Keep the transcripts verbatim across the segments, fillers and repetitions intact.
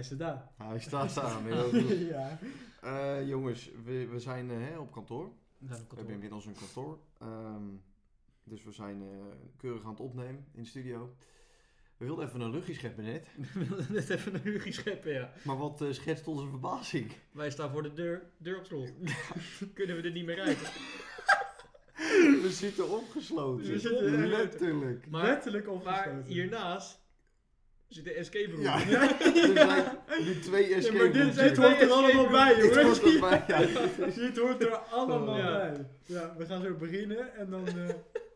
Hij staat daar. Hij staat daar. Heel goed. Ja. Uh, jongens, we, we zijn uh, hè, op kantoor. We zijn op kantoor. We hebben inmiddels een kantoor. Um, dus we zijn uh, keurig aan het opnemen in de studio. We wilden even een luchtje scheppen net. We wilden net even een luchtje scheppen, ja. Maar wat uh, schetst onze verbazing? Wij staan voor de deur, deur op slot. Kunnen we er niet meer rijden. We zitten opgesloten. We zitten letterlijk. Maar, letterlijk opgesloten. Maar hiernaast zit de escape room. Ja, ja. Er zijn nu twee escape rooms. Ja, maar dit, dit hoort er allemaal bij, Dit hoor. hoort erbij, ja. Dit hoort er allemaal Ja. bij. Ja, we gaan zo beginnen en dan... Uh...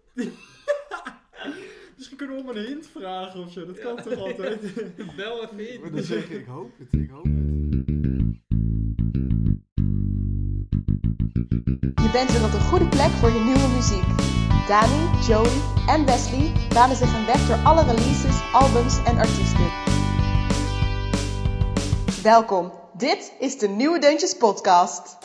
Misschien kunnen we om een hint vragen of zo. Dat kan Ja. toch altijd? Bel even in. Maar dan zeg ik, ik hoop het, ik hoop het. Je bent weer op de goede plek voor je nieuwe muziek. Dani, Joey en Wesley banen zich een weg door alle releases, albums en artiesten. Welkom, dit is de Nieuwe Deuntjes podcast.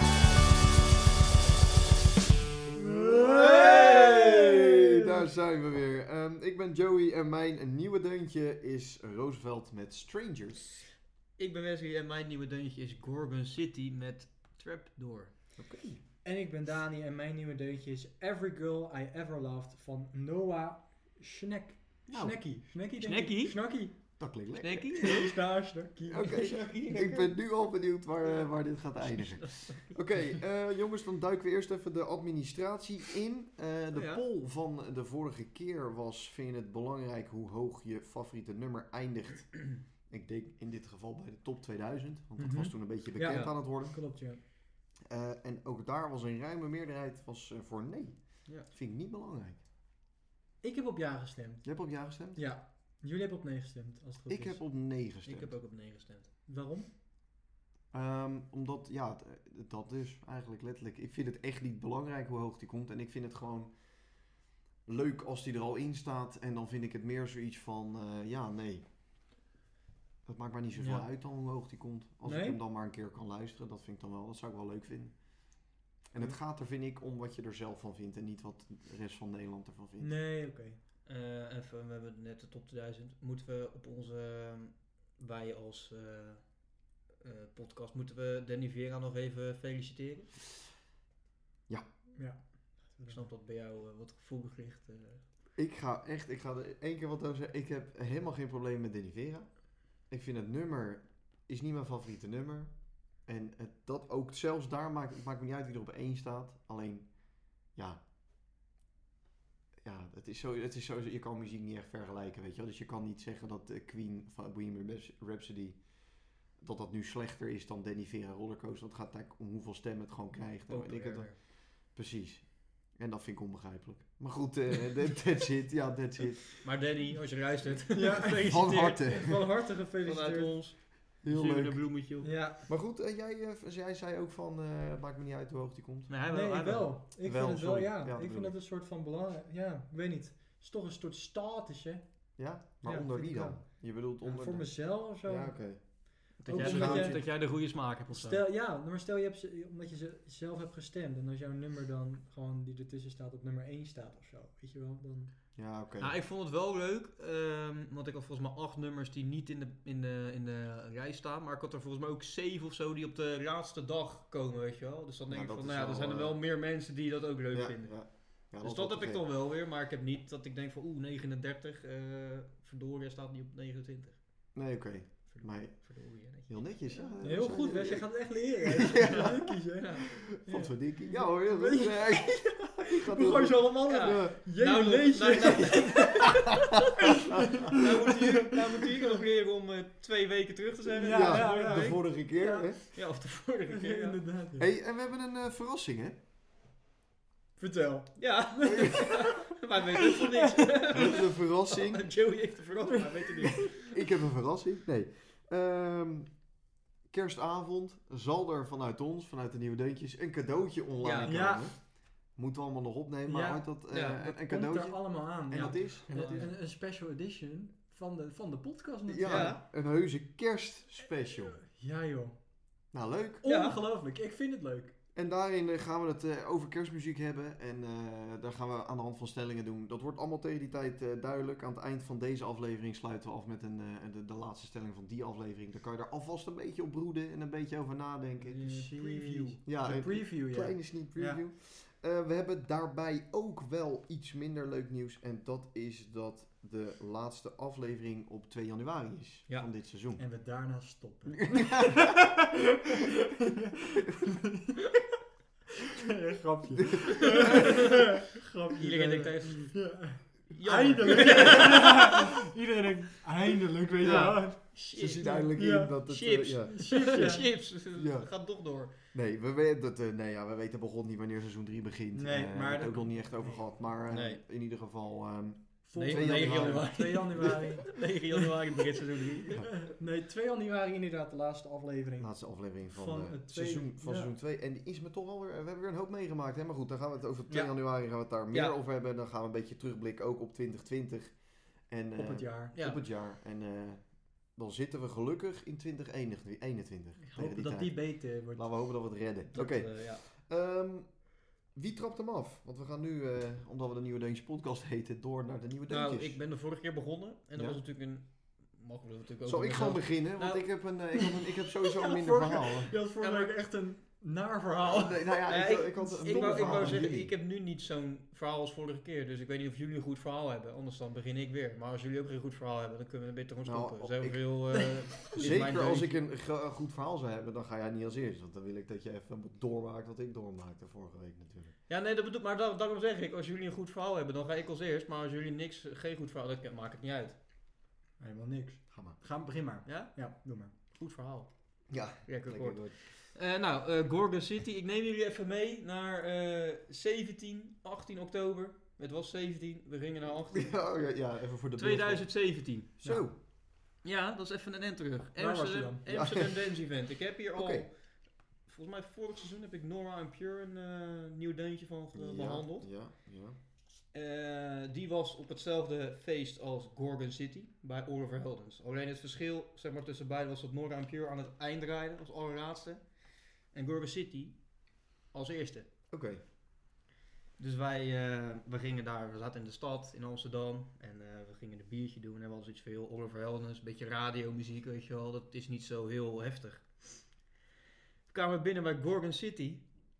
Hey, daar zijn we weer. Um, ik ben Joey en mijn nieuwe deuntje is Roosevelt met Strangers. Ik ben Wesley en mijn nieuwe deuntje is Gorgon City met Trapdoor. Oké. Okay. En ik ben Dani en mijn nieuwe deuntje is Every Girl I Ever Loved van Noah Schneck. Nou. Snackie. Snackie? Snackie? Snackie. Dat klinkt lekker. Snackie? Star, Snackie. Oké, okay. Ik ben nu al benieuwd waar, uh, waar dit gaat eindigen. Oké, okay, uh, jongens, dan duiken we eerst even de administratie in. Uh, de oh ja. poll van de vorige keer was, vind je het belangrijk hoe hoog je favoriete nummer eindigt? Ik denk in dit geval bij de top tweeduizend, want dat Mm-hmm. was toen een beetje bekend ja, aan het worden. Klopt, ja. Uh, en ook daar was een ruime meerderheid was, uh, voor nee. Ja. Dat vind ik niet belangrijk. Ik heb op ja gestemd. Je hebt op ja gestemd? Ja. Jullie hebben op nee gestemd, als het goed ik is. heb op nee gestemd. Ik heb ook op nee gestemd. Waarom? Um, omdat, ja, t- dat dus eigenlijk letterlijk. Ik vind het echt niet belangrijk hoe hoog die komt. En ik vind het gewoon leuk als die er al in staat. En dan vind ik het meer zoiets van, uh, ja, nee. Dat maakt mij niet zoveel Ja. uit dan hoe hoog die komt. Als Nee? ik hem dan maar een keer kan luisteren, dat vind ik dan wel, dat zou ik wel leuk vinden. En het gaat er, vind ik, om wat je er zelf van vindt en niet wat de rest van Nederland ervan vindt. Nee, oké. Okay. Uh, even, we hebben net de top tweeduizend. Moeten we op onze, uh, wij als uh, uh, podcast, moeten we Danny Vera nog even feliciteren? Ja. Ja. Ik snap dat bij jou uh, wat gevoelig ligt. Uh. Ik ga echt, ik ga er één keer wat over zeggen. Ik heb helemaal geen probleem met Danny Vera. Ik vind het nummer, is niet mijn favoriete nummer. En het, dat ook, zelfs daar maakt het maakt me niet uit wie er op één staat. Alleen, ja. Ja, het is zo, het is zo, je kan muziek niet echt vergelijken, weet je wel. Dus je kan niet zeggen dat de Queen van Bohemian Rhapsody, dat dat nu slechter is dan Danny Vera Rollercoaster. Dat gaat eigenlijk om hoeveel stemmen het gewoon krijgt. En ik het dan, precies. En dat vind ik onbegrijpelijk. Maar goed, uh, that, that's it. Ja, that's it. Maar Danny, als je luistert, ja, van harte. Van harte gefeliciteerd. Vanuit ons. Heel leuk. Een bloemetje op. Ja. Maar goed, uh, jij, uh, jij zei ook van, uh, het maakt me niet uit hoe hoog die komt. Nee, hij wel. Nee, hij wel. wel. Ik wel, vind het wel, sorry. ja. Ja, ik vind dat een soort van belangrijk. Ja, ik weet niet. Het is toch een soort status, hè? Ja? Maar Ja, onder vind wie ik dan? wel. Je bedoelt Ja, onder... voor de... mezelf of zo. Ja, oké. Okay. Dat, Ook jij omdat de, je- dat jij de goede smaak hebt of zo. Stel, ja, maar stel je hebt ze, omdat je ze zelf hebt gestemd en als jouw nummer dan gewoon die ertussen staat op nummer één staat of zo, weet je wel, dan... Ja, oké. Okay. Nou, ik vond het wel leuk, um, want ik had volgens mij acht nummers die niet in de, in, de, in de rij staan, maar ik had er volgens mij ook zeven of zo die op de laatste dag komen, weet je wel. Dus dan denk Ja, ik van, dat nou ja, is er wel, zijn er wel uh, meer mensen die dat ook leuk ja, vinden. Ja. Ja, dus dat heb ik dan wel weer, maar ik heb niet dat ik denk van, oeh, negenendertig, uh, verdorie, staat niet op negenentwintig. Nee, oké. Okay. Maar verdorie, netjes. Heel netjes, ja. Ja, heel goed, Wes, je gaat het echt leren. Ja. Dikkies, hè? Ja. Wat voor dikkie. Ja hoor, heel goed. Ja, ik, ik ga Hoe gooi je ze allemaal Ja. even? Jee, Nou, lees nou, je. nou moet hier, nou moet hier nog leren om uh, twee weken terug te zeggen. Ja, Ja, ja, ja. de vorige keer. Ja. Hè? Ja, of de vorige keer. Ja, Inderdaad. ja. Hey, en we hebben een uh, verrassing, hè? Vertel. ja. Wij weten ook van niks. We hebben een verrassing. Joey heeft een verrassing, maar weet het niet. Ik heb een verrassing. Nee. Um, kerstavond zal er vanuit ons, vanuit de Nieuwe Deuntjes, een cadeautje online Ja. komen. Ja. Moeten we allemaal nog opnemen, maar Ja. uit dat, uh, Ja, een, Dat een komt cadeautje. er allemaal aan. En ja. dat is? En dat Een, is? een, een special edition van de, van de podcast Ja, natuurlijk. Ja. een heuse kerstspecial. Ja, joh. Nou, leuk. Ja. Ongelooflijk. Ik vind het leuk. En daarin uh, gaan we het uh, over kerstmuziek hebben. En uh, daar gaan we aan de hand van stellingen doen. Dat wordt allemaal tegen die tijd uh, duidelijk. Aan het eind van deze aflevering sluiten we af met een, uh, de, de laatste stelling van die aflevering. Daar kan je er alvast een beetje op broeden en een beetje over nadenken. De preview. Ja, de een preview, ja. kleine sneak preview. Ja. Uh, we hebben daarbij ook wel iets minder leuk nieuws. En dat is dat de laatste aflevering op twee januari is ja. van dit seizoen. En we daarna stoppen. Nee, grapje. grapje. Iedereen denkt even... Ja. Eindelijk. Iedereen denkt, eindelijk, weet je ja. wel. Ze zien eindelijk ja. in dat het... Chips. Uh, ja. Chips. Chips. Ja. Gaat toch door. Nee, we, weten dat, uh, nee ja, we weten begon niet wanneer seizoen drie begint. Nee, uh, maar... We hebben het ook dat... nog niet echt over nee. gehad. Maar uh, nee. in ieder geval... Um, negen januari. twee januari. negen januari begint seizoen drie. Ja. Nee, twee januari inderdaad, de laatste aflevering. De laatste aflevering van, van uh, het seizoen, van ja. seizoen twee. En die is me toch wel weer... We hebben weer een hoop meegemaakt. Hè? Maar goed, dan gaan we het over twee ja. januari gaan we het daar meer ja. over hebben. Dan gaan we een beetje terugblikken ook op twintig twintig. En, uh, op het jaar. Ja. Op het jaar. En uh, dan zitten we gelukkig in twintig eenentwintig. Ik hoop die dat tijd. die beter wordt. Laten we hopen dat we het redden. Oké. Okay. Uh, ja. um, wie trapt hem af? Want we gaan nu, uh, omdat we de Nieuwe Deuntjes podcast heten, door naar de Nieuwe Deuntjes. Nou, ik ben de vorige keer begonnen. En dat ja. was natuurlijk een... Mogen we natuurlijk ook Zal ik gewoon beginnen? Want nou, ik, heb een, uh, ik, had een, ik heb sowieso een minder vorige, verhaal. Je had vorige week echt een naar verhaal. Nee, nou ja, ja, ik, ik, ik had een ik, wou, ik wou zeggen, jullie. ik heb nu niet zo'n verhaal als vorige keer. Dus ik weet niet of jullie een goed verhaal hebben. Anders dan begin ik weer. Maar als jullie ook geen goed verhaal hebben, dan kunnen we beter gewoon stoppen. Nou, Zo ik, veel, uh, zeker als ik een, een goed verhaal zou hebben, dan ga jij niet als eerst. Want dan wil ik dat je even doormaakt wat ik doormaakte vorige week natuurlijk. Ja, nee, dat bedoel, maar daar, daarom zeg ik, als jullie een goed verhaal hebben, dan ga ik als eerst. Maar als jullie niks, geen goed verhaal, dan maakt het niet uit. Helemaal niks. Ga maar. Ga, begin maar. Ja? Ja, doe maar. Goed verhaal. Ja, lekker kort. Uh, nou, uh, Gorgon City. Ik neem jullie even mee naar uh, zeventien, achttien oktober. Het was zeventien, we gingen naar achttien. Ja, ja, ja even voor de twintig zeventien. Zo. Ja. ja, dat is even een end terug. Waar Amsterdam, was Amsterdam ja. Dance Event. Ik heb hier okay. al, volgens mij vorig seizoen heb ik Nora en Pure een uh, nieuw deuntje van uh, ja, behandeld. Ja, ja. Uh, die was op hetzelfde feest als Gorgon City bij Oliver Heldens. Alleen het verschil zeg maar, tussen beiden was dat Nora en Pure aan het eind draaiden als allerlaatste. En Gorgon City als eerste. Oké. Okay. Dus wij uh, we gingen daar, we zaten in de stad in Amsterdam en uh, we gingen een biertje doen en we hadden iets veel Oliver Heldens, een beetje radiomuziek, weet je wel, dat is niet zo heel heftig. We kwamen binnen bij Gorgon City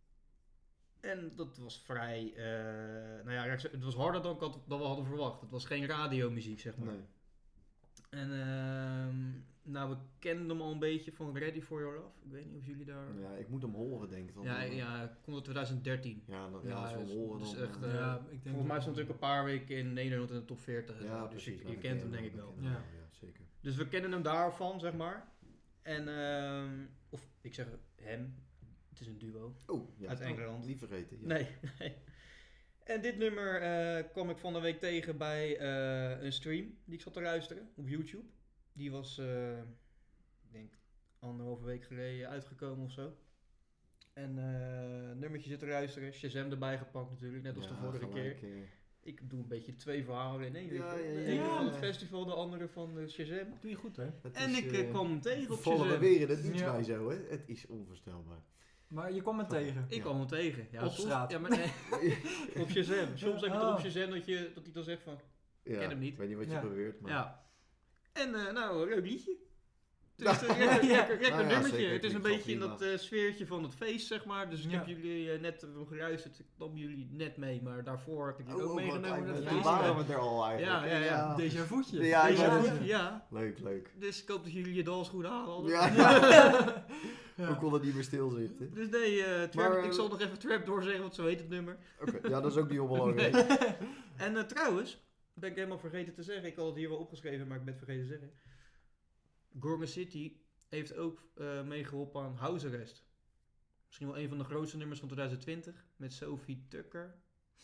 en dat was vrij, uh, nou ja, het was harder dan, had, dan we hadden verwacht. Het was geen radiomuziek, zeg maar. Nee. En uh, nou, we kenden hem al een beetje van Ready For Your Love. Ik weet niet of jullie daar... Ja, ik moet hem horen, denk ik. Ja, ja, komt uit twintig dertien. Ja, dan, ja, ja, als we hem horen dus dan... Echt, uh, ja, ik denk volgens mij stond hij ook een paar weken in Nederland in de top veertig. Ja, dus precies, je, je kent hem denk ik wel. Ja. Ja, ja, zeker. Dus we kennen hem daarvan, zeg maar. En, uh, of ik zeg hem, het is een duo. Oh, ja. Uit Engeland. Oh, niet vergeten. Ja. Nee, nee. En dit nummer uh, kwam ik van de week tegen bij uh, een stream die ik zat te luisteren op YouTube. Die was, uh, ik denk, anderhalve week geleden uitgekomen of zo. En uh, nummertje zit te luisteren, Shazam erbij gepakt natuurlijk, net als ja, de vorige gelijk, keer. Uh... Ik doe een beetje twee verhalen in één. Ja, ja, ja, de ene ja. van het festival, de andere van de Shazam. Dat doe je goed, hè? Dat en is, ik uh, kwam hem tegen op Shazam. Vallen we weer in het niets ja. bij zo, hè? Het is onvoorstelbaar. Maar je kwam hem tegen? Ik ja. kwam hem tegen. Ja, op soms, straat? Ja, maar nee. Op Shazam. Soms heb je het op Shazam dat, je, dat hij dan zegt van, ik ja, ken hem niet. Ik weet niet wat je ja. probeert, maar... Ja. En uh, nou, een leuk liedje. Het is een lekker, lekker, lekker nou ja, nummertje. Zeker, het is een beetje in dat uh, sfeertje van het feest, zeg maar. Dus ik ja. heb jullie uh, net uh, geluisterd. Ik nam jullie net mee, maar daarvoor heb ik jullie oh, ook meegenomen. Oh, Toen ja, waren we er al eigenlijk. Ja, ja, ja. ja. Déjà voetje. Ja, Déjà voetje, ja. Leuk, leuk. Dus ik hoop dat jullie je dalschoenen halen. Ja. ja. ja. We konden niet meer stilzitten. Dus nee, uh, trap, maar, uh, ik zal nog even Trap doorzeggen, want zo heet het nummer. Oké, okay. Ja, dat is ook niet onbelangrijk. Nee. En uh, trouwens, ben ik helemaal vergeten te zeggen. Ik had het hier wel opgeschreven, maar ik ben het vergeten te zeggen. Gorgon City heeft ook uh, meegeholpen aan House Arrest. Misschien wel een van de grootste nummers van twintig twintig. Met Sophie Tucker.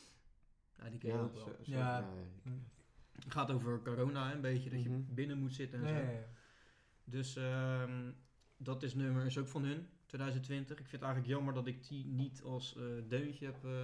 Ja, die ken je ja, ook wel. Zo, zo, ja. ja. Het gaat over corona een beetje. Dat mm-hmm. je binnen moet zitten en nee, zo. Ja, ja. Dus um, dat is nummer is ook van hun. twintig twintig. Ik vind het eigenlijk jammer dat ik die niet als uh, deuntje heb uh,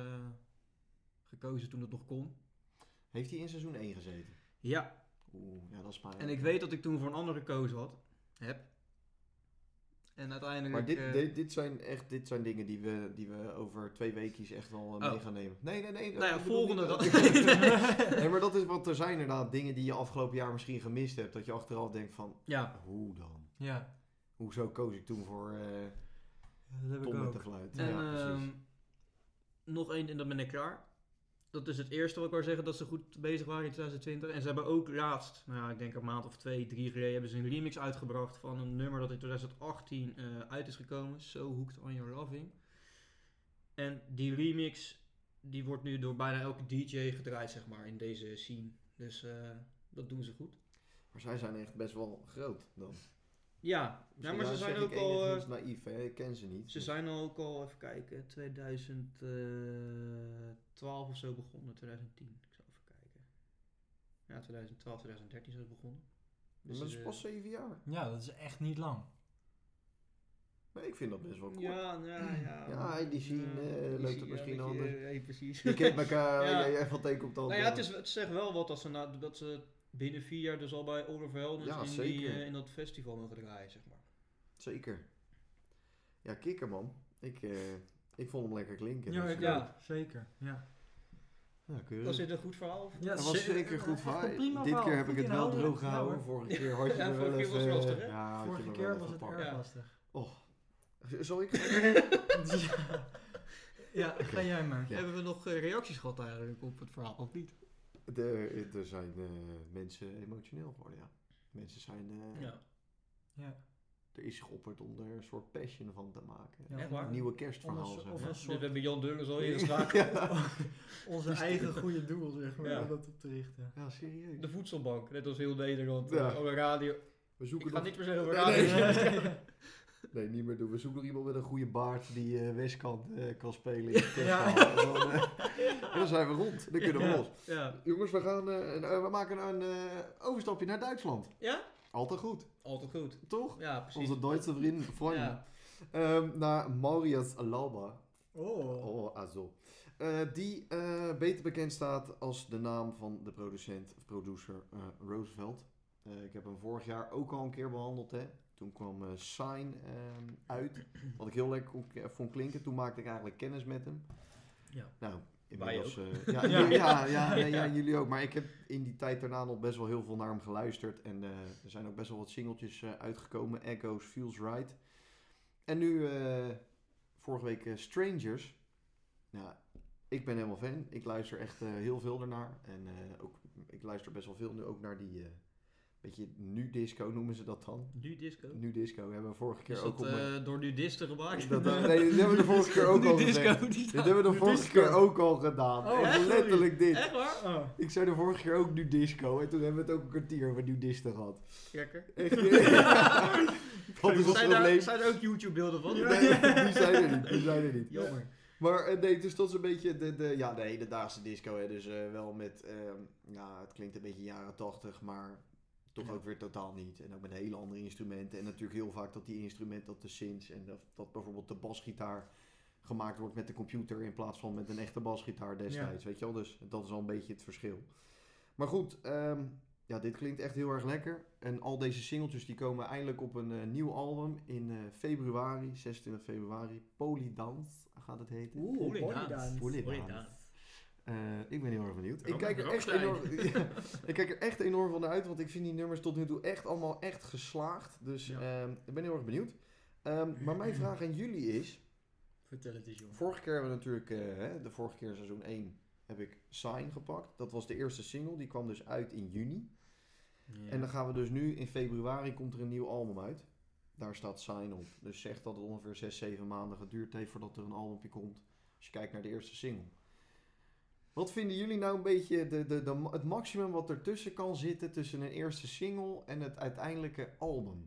gekozen toen het nog kon. Heeft hij in seizoen één gezeten? Ja. Oeh, ja, dat is spannend. En ik weet dat ik toen voor een andere gekozen had. Heb. En uiteindelijk... Maar dit, eh, dit, dit, zijn echt, dit zijn dingen die we, die we over twee weekjes echt wel uh, Oh. mee gaan nemen. Nee, nee, nee. Nou ja, ik bedoel volgende niet dan. dat- Nee, maar dat is wat er zijn inderdaad. Dingen die je afgelopen jaar misschien gemist hebt. Dat je achteraf denkt van, Ja, hoe dan? Ja, Hoezo koos ik toen voor uh, dat heb ik Tom met ook. de fluit? en ja, ehm, precies. nog één en dan ben ik klaar. Dat is het eerste wat ik wou zeggen, dat ze goed bezig waren in twintig twintig. En ze hebben ook laatst, nou ja, ik denk een maand of twee, drie geleden, hebben ze een remix uitgebracht van een nummer dat in twintig achttien uh, uit is gekomen. So Hooked on Your Loving. En die remix, die wordt nu door bijna elke D J gedraaid, zeg maar, in deze scene. Dus uh, dat doen ze goed. Maar zij zijn echt best wel groot dan. Ja, ja maar ze zijn zeg ook ik al... uh, enigszins naïef, hè? Ik ken ze niet. Ze zijn ook al, even kijken, twintig twaalf of zo begonnen, twintig tien. Ik zal even kijken. Ja, twintig twaalf, twintig dertien is het begonnen. Dus dat is eh, pas zeven jaar. Ja, dat is echt niet lang. Nee, ik vind dat best wel kort. Ja, ja, ja. Ja, die zien, Ja, eh, die loopt zien, het misschien ja, weet anders. je, eh, hey, precies. Je kent elkaar, Ja. jij van teken op de Nou ja, het, is, het zegt wel wat als ze, na, dat ze binnen vier jaar dus al bij Oliver Heldens Ja, in, die, zeker. eh, in dat festival mogen draaien, zeg maar. Zeker. Ja, kikker man. Ik, eh, ik vond hem lekker klinken. Ja, dus, ik eh, ja. ook. Zeker. Ja. ja, keurig. Was dit een goed verhaal? Of? Ja, Dat was ze- zeker goed echt verhaal. een prima Dit verhaal. keer heb Goed ik het wel inhoudelijk. droog Ja, gehouden. hoor. Vorige keer had je Ja, me wel vorige keer even... was lastig, hè? Ja, had je Vorige me keer wel was even het pakken. erg Ja. lastig. Oh. Zal ik? ja. ja, ga jij maar. Ja. Hebben we nog eh, reacties gehad eigenlijk op het verhaal, of niet? Er, er zijn eh, mensen emotioneel geworden, ja. Mensen zijn... eh, Ja. Ja. Er is geopperd om er een soort passion van te maken. Ja, Echt waar? Een nieuwe kerstverhaal, Of een- zeg of maar. een Dus soort- we hebben Jan Deurens al ingeschakeld. Onze eigen goede doel, zeg maar, Ja. om dat op te richten. Ja, serieus. De voedselbank, net als heel Nederland. Ja. eh, op de radio. We zoeken Ik ga nog... niet meer zeggen over Nee, radio. nee. Nee, niet meer doen. We zoeken nog iemand met een goede baard die eh, Westkant eh, kan spelen in het Ja. kerstverhaal. En dan, eh, en dan zijn we rond. Dan kunnen we Ja. los. Ja. Jongens, we, gaan, eh, een- eh, we maken een eh, overstapje naar Duitsland. Ja? Altijd goed, Altijd goed. toch? Ja, precies. Onze Duitse vriend, vriend. Ja. Ehm, naar Marius Lauber. Oh. Oh, also. Eh, die eh, beter bekend staat als de naam van de producent of producer eh, Roosevelt. Eh, ik heb hem vorig jaar ook al een keer behandeld. Hè. Toen kwam eh, Sign ehm, uit. Wat ik heel lekker kon- eh, vond klinken. Toen maakte ik eigenlijk kennis met hem. Ja. Nou, Wij inmiddels... ook. eh, ja, Ja. ja. Ja, ja, nee, ja, jullie ook. Maar ik heb in die tijd daarna nog best wel heel veel naar hem geluisterd. En eh, er zijn ook best wel wat singeltjes eh, uitgekomen. Echoes, Feels Right. En nu, eh, vorige week eh, Strangers. Nou, ik ben helemaal fan. Ik luister echt eh, heel veel ernaar. En eh, ook, ik luister best wel veel nu ook naar die, eh beetje nu disco noemen ze dat dan. Nu disco. Nu disco hebben we vorige keer Is ook dat op mijn... eh, door nudisten gemaakt? Dat, dat- nee, dit hebben we de vorige keer ook Nu al disco, gezegd. die Dit hebben we de Nu vorige disco. keer ook al gedaan. Oh, Echt echt? letterlijk dit. Echt waar? Oh. Ik zei de vorige keer ook nu disco. En toen hebben we het ook een kwartier over nudisten gehad. Lekker. Echt, wat is het Zijn probleem? daar, zijn er ook YouTube beelden van? Nee, die zijn er niet. Die zijn er niet. Jammer. Maar eh, nee, dus dat is een beetje de, de, ja, de hedendaagse disco. Hè. Dus eh, wel met, ehm, ja, het klinkt een beetje jaren tachtig, maar toch ook weer totaal niet. En ook met hele andere instrumenten. En natuurlijk heel vaak dat die instrumenten, dat de synths en dat, dat bijvoorbeeld de basgitaar gemaakt wordt met de computer in plaats van met een echte basgitaar destijds. Weet je wel, dus dat is al een beetje het verschil. Maar goed, ehm, ja, dit klinkt echt heel erg lekker. En al deze singeltjes die komen eindelijk op een eh, nieuw album in eh, februari, zesentwintig februari. Polydance gaat het heten. Oeh, Polydance. polydance. Polydance. Polydance. Eh, ik ben heel erg benieuwd. Ik Rock- kijk, er echt rockstyle. enorm, ja, ik kijk er echt enorm van naar uit, want ik vind die nummers tot nu toe echt allemaal echt geslaagd. Dus Ja. ehm, ik ben heel erg benieuwd. Ehm, maar mijn vraag aan jullie is, Vertel het eens, jongen. vorige keer hebben we natuurlijk, eh, hè, de vorige keer seizoen één heb ik Sign gepakt. Dat was de eerste single, die kwam dus uit in juni. Ja. En dan gaan we dus nu, in februari komt er een nieuw album uit. Daar staat Sign op. Dus zegt dat het ongeveer zes, zeven maanden geduurd heeft voordat er een albumpje komt. Als je kijkt naar de eerste single. Wat vinden jullie nou een beetje de, de, de, het maximum wat ertussen kan zitten tussen een eerste single en het uiteindelijke album?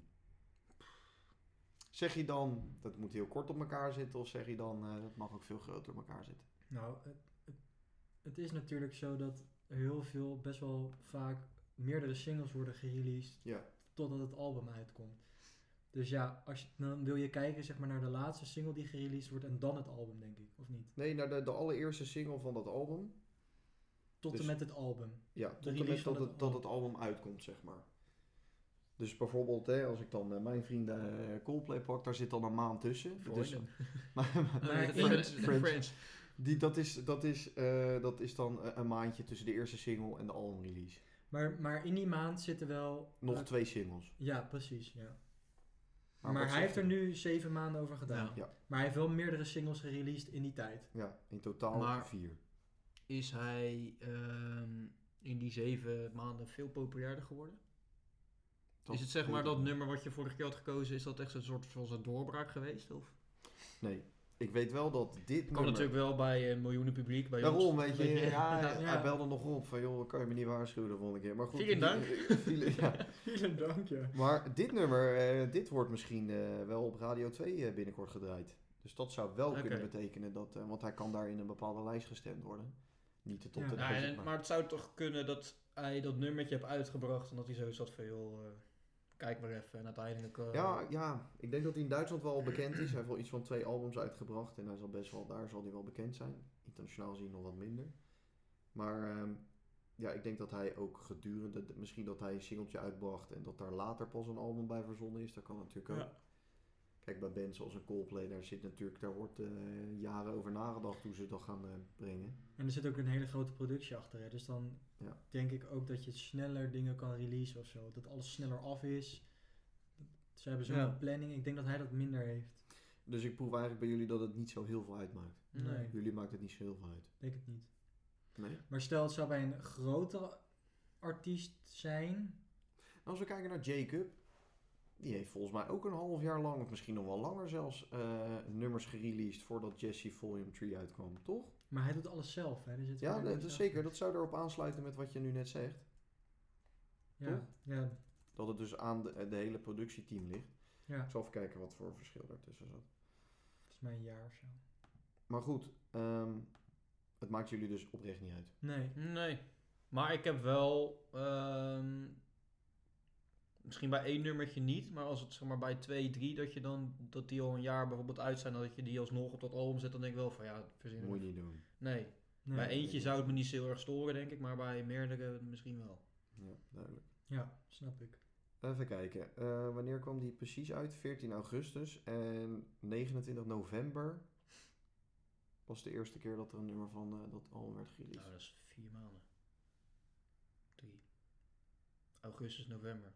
Zeg je dan, dat moet heel kort op elkaar zitten, of zeg je dan, eh, dat mag ook veel groter op elkaar zitten? Nou, het, het, het is natuurlijk zo dat er heel veel, best wel vaak, meerdere singles worden gereleased Ja. totdat het album uitkomt. Dus ja, als je, dan wil je kijken zeg maar, naar de laatste single die gereleased wordt en dan het album, denk ik, of niet? Nee, naar de, de allereerste single van dat album. Tot Dus- en met het album. Ja, tot en release met van dat het het, dat het album uitkomt, zeg maar. Dus bijvoorbeeld, hè, als ik dan uh, mijn vrienden uh, Coldplay pak, daar zit dan een maand tussen. Dus, maar, maar, Maar Friends. Friends. Friends. Die, dat, is, dat, is, uh, dat is dan uh, een maandje tussen de eerste single en de albumrelease. Maar, maar in die maand zitten wel... Nog uh, twee singles. Ja, precies. Ja. Maar, Maar, wat hij zeg heeft er je? nu zeven maanden over gedaan. Ja. Ja. Maar hij heeft wel meerdere singles gereleased in die tijd. Ja, in totaal Maar- vier. Is hij ehm, in die zeven maanden veel populairder geworden? Dat is het zeg weet maar ik dat niet. nummer wat je vorige keer had gekozen, is dat echt een soort van zijn doorbraak geweest? Of? Nee, ik weet wel dat dit Kan nummer... natuurlijk wel bij een miljoenen publiek, bij Daarom, ons. weet je, Weet je, ja, ja. hij belde nog op van, joh, kan je me niet waarschuwen de volgende keer. Maar goed. Vielen dank. Vielen- ja. Vielen dank, ja. Maar dit nummer, eh, dit wordt misschien eh, wel op Radio twee eh, binnenkort gedraaid. Dus dat zou wel Oké. kunnen betekenen, dat, eh, want hij kan daar in een bepaalde lijst gestemd worden. Niet de top Ja. ten Ja, duizend, en, maar- maar het zou toch kunnen dat hij dat nummertje heeft uitgebracht en dat hij zo zat van, joh, eh, kijk maar even. En uiteindelijk... eh, Ja, ja, ik denk dat hij in Duitsland wel bekend is. Hij heeft wel iets van twee albums uitgebracht en hij zal best wel, daar zal hij wel bekend zijn. Internationaal gezien nog wat minder. Maar ehm, ja, ik denk dat hij ook gedurende, de- misschien dat hij een singeltje uitbracht en dat daar later pas een album bij verzonnen is. Dat kan natuurlijk ook. Ja. Kijk, bij bands zoals een Coldplay, daar zit natuurlijk, daar wordt eh, jaren over nagedacht hoe ze dat gaan eh, brengen. En er zit ook een hele grote productie achter. Hè. Dus dan Ja. denk ik ook dat je sneller dingen kan releasen of zo. Dat alles sneller af is. Ze hebben zo'n Ja. planning. Ik denk dat hij dat minder heeft. Dus ik proef eigenlijk bij jullie dat het niet zo heel veel uitmaakt. Nee, Jullie maakt het niet zo heel veel uit. denk het niet. Nee? Maar stel het zou bij een grotere artiest zijn. Als we kijken naar Jacob, die heeft volgens mij ook een half jaar lang, of misschien nog wel langer zelfs, eh, nummers gereleased voordat Jesse Volume drie uitkwam, toch? Maar hij doet alles zelf. Hè. Er zit Ja, wel dat niks is achter. zeker. Dat zou erop aansluiten met wat je nu net zegt. Ja, toch? ja, Dat het dus aan de, de hele productieteam ligt. ja. Ik zal even kijken wat voor verschil daartussen zat. Volgens mij een jaar of zo. Maar goed, ehm, het maakt jullie dus oprecht niet uit. Nee. Nee. Maar ik heb wel... ehm, misschien bij één nummertje niet, maar als het zeg maar bij twee, drie, dat je dan... Dat die al een jaar bijvoorbeeld uit zijn, dat je die alsnog op dat album zet, dan denk ik wel van ja, verzin Dat moet je niet doen. Nee. nee. Bij eentje zou het me niet zo heel erg storen, denk ik, maar bij meerdere misschien wel. Ja, duidelijk. Ja, snap ik. Even kijken. Eh, wanneer kwam die precies uit? veertien augustus. En negenentwintig november was de eerste keer dat er een nummer van eh, dat album werd gereleased. Nou, dat is vier maanden. Drie. Augustus, november.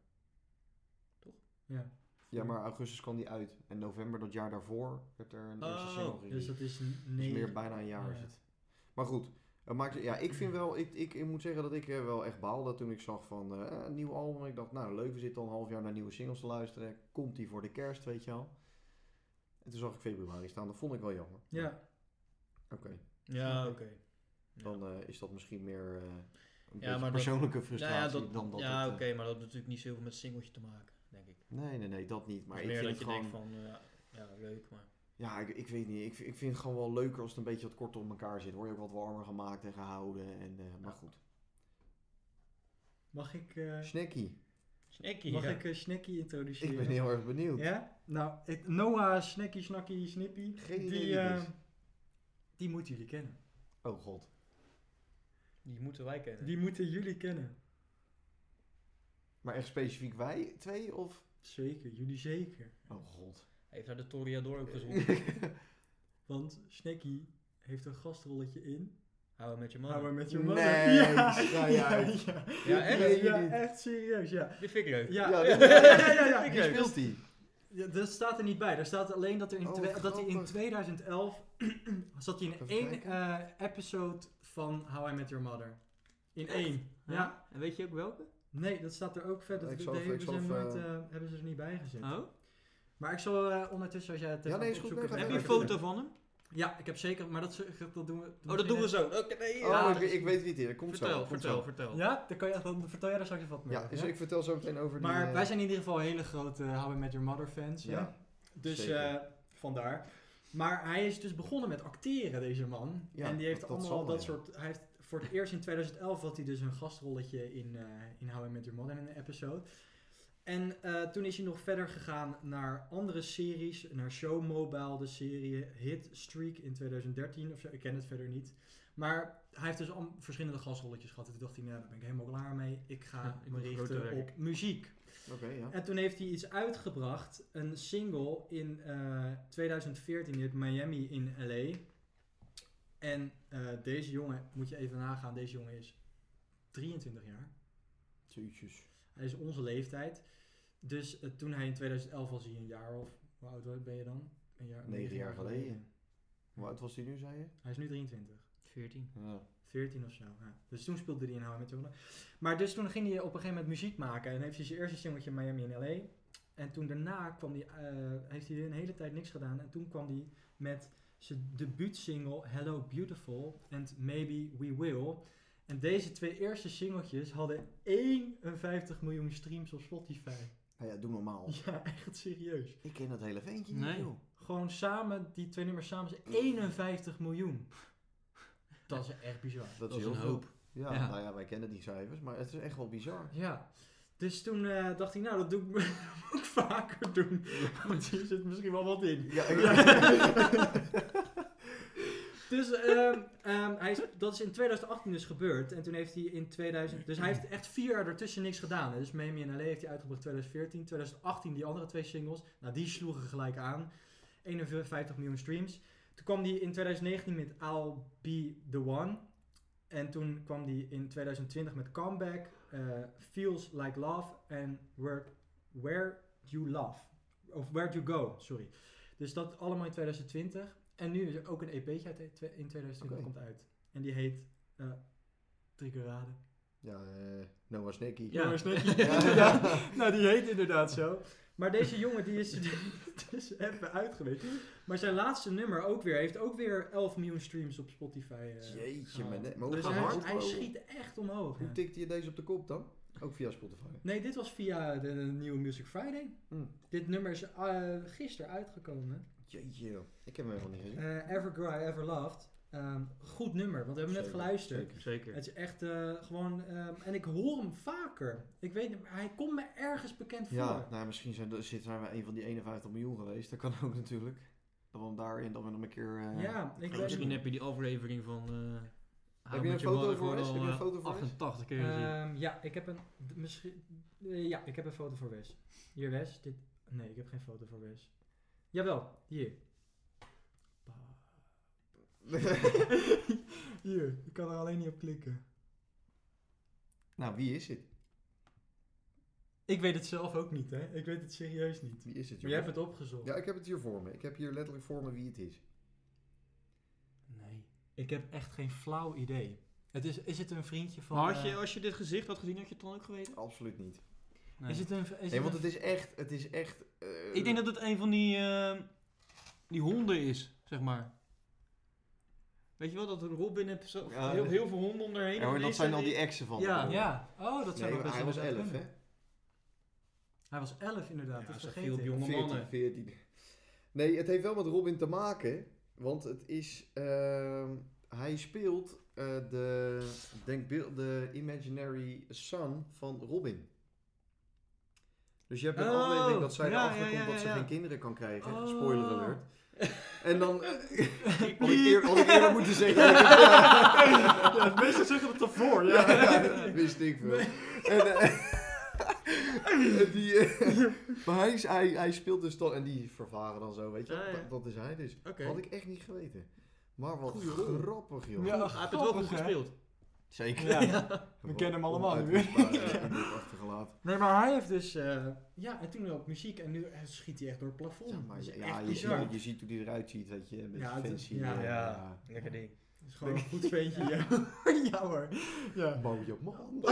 Ja. Ja, maar augustus kwam die uit. En november dat jaar daarvoor werd er een eerste Oh, single Dus gereleased. dat is Dus negen. meer bijna een jaar Ja. is het. Maar goed. Het maakt, ja, ik vind wel, ik, ik, ik moet zeggen dat ik eh, wel echt baalde toen ik zag van eh, een nieuw album. Ik dacht, nou leuk, we zitten al een half jaar naar nieuwe singles te luisteren. Komt die voor de kerst, weet je wel. En toen zag ik februari staan, dat vond ik wel jammer. Ja. Oké, Ja, Snap ik. oké. Ja. dan eh, is dat misschien meer eh, een Ja, beetje maar dat- persoonlijke Nou frustratie ja, dat, dan dat ja het, oké, eh, maar dat heeft natuurlijk niet zoveel met singeltje te maken, denk ik. Nee, nee, nee, dat niet. Maar Maar ik meer vind dat het je gewoon... denkt van, eh, ja, leuk, maar... Ja, ik, ik weet niet. Ik, ik vind het gewoon wel leuker als het een beetje wat korter op elkaar zit. Word je ook wat warmer gemaakt en gehouden. En, eh, maar Ja. goed. Mag ik, eh Snacky. Snakkie, mag ja. ik uh, Snacky introduceren? Ik ben heel erg benieuwd. Ja? Nou, het, Noah, Snacky, Snacky, Snippy. Geen idee die, wie het eh, is. die moeten jullie kennen. Oh god. Die moeten wij kennen. Die moeten jullie kennen. Maar echt specifiek wij twee of... Zeker, jullie zeker. Oh god. Heeft hij de Toreador ook gezongen? Want Snacky heeft een gastrolletje in. Hou met je man. Hou maar met je Nee, mannen. ga je ja, uit. ja. Ja, echt? Nee, Ja, niet. echt serieus, ja. Die vind ik leuk. Ja, Ja, ja, dit- ja, ja, ja, ja. Ik Wie leuk. speelt die? Ja, dat staat er niet bij. Er staat alleen dat, er in Oh, twee- dat hij in grappig. tweeduizend elf zat hij in Even één kijken. eh, episode van How I Met Your Mother. In Echt? één. Ja. Ja. En weet je ook welke? Nee, dat staat er ook verder. Ik Dat zal de- even- ik hebben, zal ze even, nooit, eh, eh, hebben ze er niet bij gezet. Oh? Maar ik zal eh, ondertussen, als jij het Ja, even nee, aan is het goed, opzoeken nee, bent, Heb je een even foto van hem? Ja, ik heb zeker, maar dat, is- dat doen we. Oh, dat doen we zo. Oké, nee. Oh, ja, ik, ik weet wie het is. Dat komt zo. vertel, dat komt vertel, zo. vertel. Ja, dan, kan je, dan vertel jij daar straks even wat meer Ja, over, dus ja? ik vertel zo meteen over die... Maar eh, wij zijn in ieder geval hele grote How I Met Your Mother fans. hè? Ja, Dus zeker. eh, vandaar. Maar hij is dus begonnen met acteren, deze man. Ja, en die heeft dat- dat allemaal zal dat wel, ja. soort... Hij heeft voor het eerst in tweeduizend elf had hij dus een gastrolletje in, eh in How I Met Your Mother in een episode. En eh, toen is hij nog verder gegaan naar andere series. Naar Showmobile, de serie Hit Streak in tweeduizend dertien of zo. Ik ken het verder niet. Maar hij heeft dus al verschillende gastrolletjes gehad. En toen dacht hij, nou, daar ben ik helemaal klaar mee. Ik ga Ja, ik me moet groter richten werk. op muziek. Oké, ja. En toen heeft hij iets uitgebracht, een single in uh, tweeduizend veertien, die heet Miami in L A. En uh, deze jongen, moet je even nagaan, deze jongen is drieëntwintig jaar. Jeetjes. Hij is onze leeftijd. Dus uh, toen hij in tweeduizend elf was hij een jaar of, hoe oud ben je dan? Een jaar, Negen jaar geleden. Hoe oud was hij nu, zei je? Hij is nu drieëntwintig. veertien. Ja. veertien of zo, ja. Dus toen speelde hij in How I Met Your Mother. Maar dus toen ging hij op een gegeven moment muziek maken. En heeft hij zijn eerste singeltje Miami in L A. En toen daarna kwam hij, uh, heeft hij een hele tijd niks gedaan. En toen kwam hij met zijn debuutsingle Hello Beautiful and Maybe We Will. En deze twee eerste singeltjes hadden eenenvijftig miljoen streams op Spotify. Nou ja, doe normaal. Ja, echt serieus. Ik ken dat hele ventje Nee. niet, joh. Gewoon samen, die twee nummers samen, is eenenvijftig miljoen. Dat is echt bizar. Dat, Dat is heel een veel. hoop. Ja, Ja. nou ja, wij kennen die cijfers, maar het is echt wel bizar. Ja, dus toen uh, dacht ik, nou, dat doe ik moet ik vaker doen. Want hier zit misschien wel wat in. Ja, Dus um, um, hij is, dat is in tweeduizend achttien dus gebeurd. En toen heeft hij in tweeduizend... Dus hij heeft echt vier jaar ertussen niks gedaan. Hè. Dus Miami in L A heeft hij uitgebracht tweeduizend veertien. tweeduizend achttien die andere twee singles. Nou, die sloegen gelijk aan. eenenvijftig miljoen streams. Toen kwam hij in tweeduizend negentien met I'll Be The One. En toen kwam hij in tweeduizend twintig met Comeback, uh, Feels Like Love en Where, Where You Love. Of Where You Go, sorry. Dus dat allemaal in tweeduizend twintig. En nu is er ook een E P'tje uit in tweeduizend twintig Okay. komt uit. En die heet uh, drie keer raden. Ja, uh, Noah Sneaky. Ja, Ja. Sneaky. Ja. Ja, nou die heet inderdaad zo. Maar deze jongen die is dus even uit geweest. Maar zijn laatste nummer ook weer, heeft ook weer elf miljoen streams op Spotify. Uh, Jeetje, gehaald. maar, net, maar Dus hoe, hij, hard, hij hoe, schiet echt omhoog. hoe Ja. tikte je deze op de kop dan? Ook via Spotify. Nee, dit was via de nieuwe Music Friday. Hm. Dit nummer is uh, gisteren uitgekomen. Jeetje, joh. Ik heb hem helemaal niet gezien. Uh, Ever Girl I Ever Loved. Um, goed nummer, want we hebben net Zeker, geluisterd. zeker. Zeker. Het is echt uh, gewoon... Um, en ik hoor hem vaker. Ik weet niet, maar hij komt me ergens bekend voor. Ja, nou misschien zijn, er- zit zijn we een van die eenenvijftig miljoen geweest. Dat kan ook natuurlijk. Dat we hem daarin, dat we nog een keer... uh, Ja, ik En weet misschien niet. heb je die aflevering van... Uh, Heb je een foto voor Wes? Heb je een foto voor Wes? achtentachtig keer gezien. Um, ja, ik heb een... d- Misschien, uh, ja, ik heb een foto voor Wes. Hier, Wes. Dit, nee, ik heb geen foto voor Wes. Jawel, hier. Hier, ik kan er alleen niet op klikken. Nou, wie is het? Ik weet het zelf ook niet, hè. Ik weet het serieus niet. Wie is het, Maar jij jongens? hebt het opgezocht. Ja, ik heb het hier voor me. Ik heb hier letterlijk voor me wie het is. Nee. Ik heb echt geen flauw idee. Het is, is het een vriendje van... Maar had je, eh, als je dit gezicht had gezien, had je het dan ook geweten? Absoluut niet. Nee. Is het een... Is Nee, het want een- het is echt... Het is echt uh, Ik denk dat het een van die, uh, die honden is, zeg maar. Weet je wel, dat Robin heeft zo Ja. heel, heel veel honden om erheen. Ja, maar En dat deze zijn al die die- exen van. Ja. hem. Ja. Oh, dat zou Nee, wel best hij was inderdaad elf, hè? kunnen. Hij was elf inderdaad, Ja, dat ze vergeet viel op ik. jonge veertien, mannen. veertien. Nee, het heeft wel met Robin te maken. Want het is... ehm, hij speelt eh, de, denkbeeld, de imaginary son van Robin. Dus je hebt een Oh, aflevering dat zij ja, erachter ja, komt ja, dat ze ja. geen kinderen kan krijgen. Oh. Spoiler alert. En dan... eh, had, ik eer, had ik eerder moeten zeggen. Ja, de meesten zeggen het ervoor, ja, ja, dat wist ik veel. En, eh, en die, eh, maar hij, is, hij, hij speelt dus dan, en die vervaren dan zo, weet je. Ja, ja. Dat, dat is hij dus. Oké. Had ik echt niet geweten. Maar wat Goeie rol. grappig, joh. Ja. Hij heeft het wel goed Grappig, hè? gespeeld. Zeker. Ja. We kennen hem allemaal nu. Onuitwisbaar indruk achtergelaten. Nee, maar hij heeft dus... uh, ja, en toen op muziek en nu uh, schiet hij echt door het plafond. Ja, maar dat is ja, echt je, bizar. ziet, je ziet hoe die eruit ziet, weet je. Een beetje Ja, het is- fancy. ja. eh, Ja, lekker ding. Dat is gewoon een goed ventje, ja. Ja hoor. Ja. Mooie man.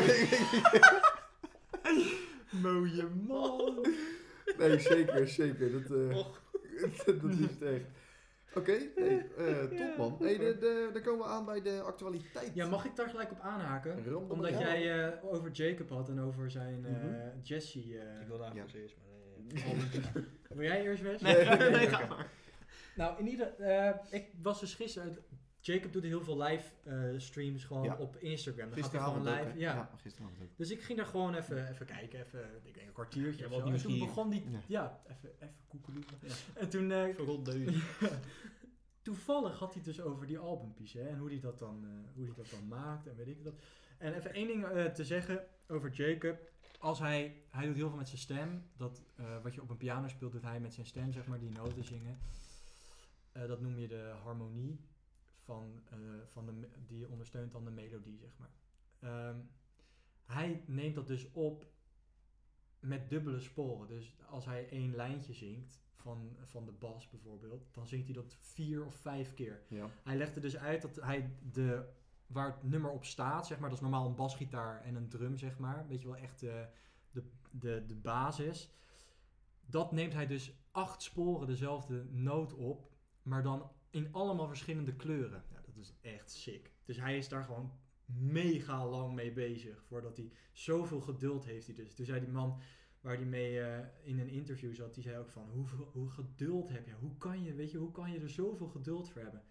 Mooie man. Nee, zeker, zeker. Dat, eh, Och. dat is het echt. Oké, nee, eh, top man. Hey, de, de, dan komen we aan bij de actualiteit. Ja, mag ik daar gelijk op aanhaken? Ram dan Omdat maar. jij uh, over Jacob had en over zijn uh, Mhm. Jessie. Uh, Ik wilde Ja. eigenlijk eerst, maar nee. Wil jij eerst Wes? Nee, Nee, nee, oké. ga maar. Nou, in ieder uh, ik was dus gisteren... Jacob doet heel veel live uh, streams gewoon Ja. op Instagram. Dan gaat hij Gisteravond gewoon ook, live. hè? Ja. ja, gisteravond ook. Dus ik ging daar gewoon even, even kijken, even, ik denk een kwartiertje Ja, of wat zo. En toen nieuwsgierig. begon die, Ja. ja, even, even koekeloeken. Ja. En toen, uh, Even rondeuzen. toevallig had hij het dus over die albumpjes, hè, en hoe hij dat dan, uh, hoe hij dat dan maakt en weet ik dat. En even één ding uh, te zeggen over Jacob. als hij, hij doet heel veel met zijn stem. Dat, uh, wat je op een piano speelt, doet hij met zijn stem, zeg maar, die noten zingen. Uh, dat noem je de harmonie. Van, uh, van de, die ondersteunt dan de melodie, zeg maar. Um, hij neemt dat dus op met dubbele sporen. Dus als hij één lijntje zingt, van, van de bas bijvoorbeeld, dan zingt hij dat vier of vijf keer. Ja. Hij legde dus uit dat hij de, waar het nummer op staat, zeg maar, dat is normaal een basgitaar en een drum, zeg maar. Weet je wel, echt de, de, de, de basis. Dat neemt hij dus acht sporen dezelfde noot op, maar dan in allemaal verschillende kleuren. Ja, dat is echt sick. Dus hij is daar gewoon mega lang mee bezig, voordat hij zoveel geduld heeft. Hij dus. Toen zei die man waar hij mee uh, in een interview zat, die zei ook van, hoeveel, hoe geduld heb je? Hoe kan je, weet je, hoe kan je er zoveel geduld voor hebben?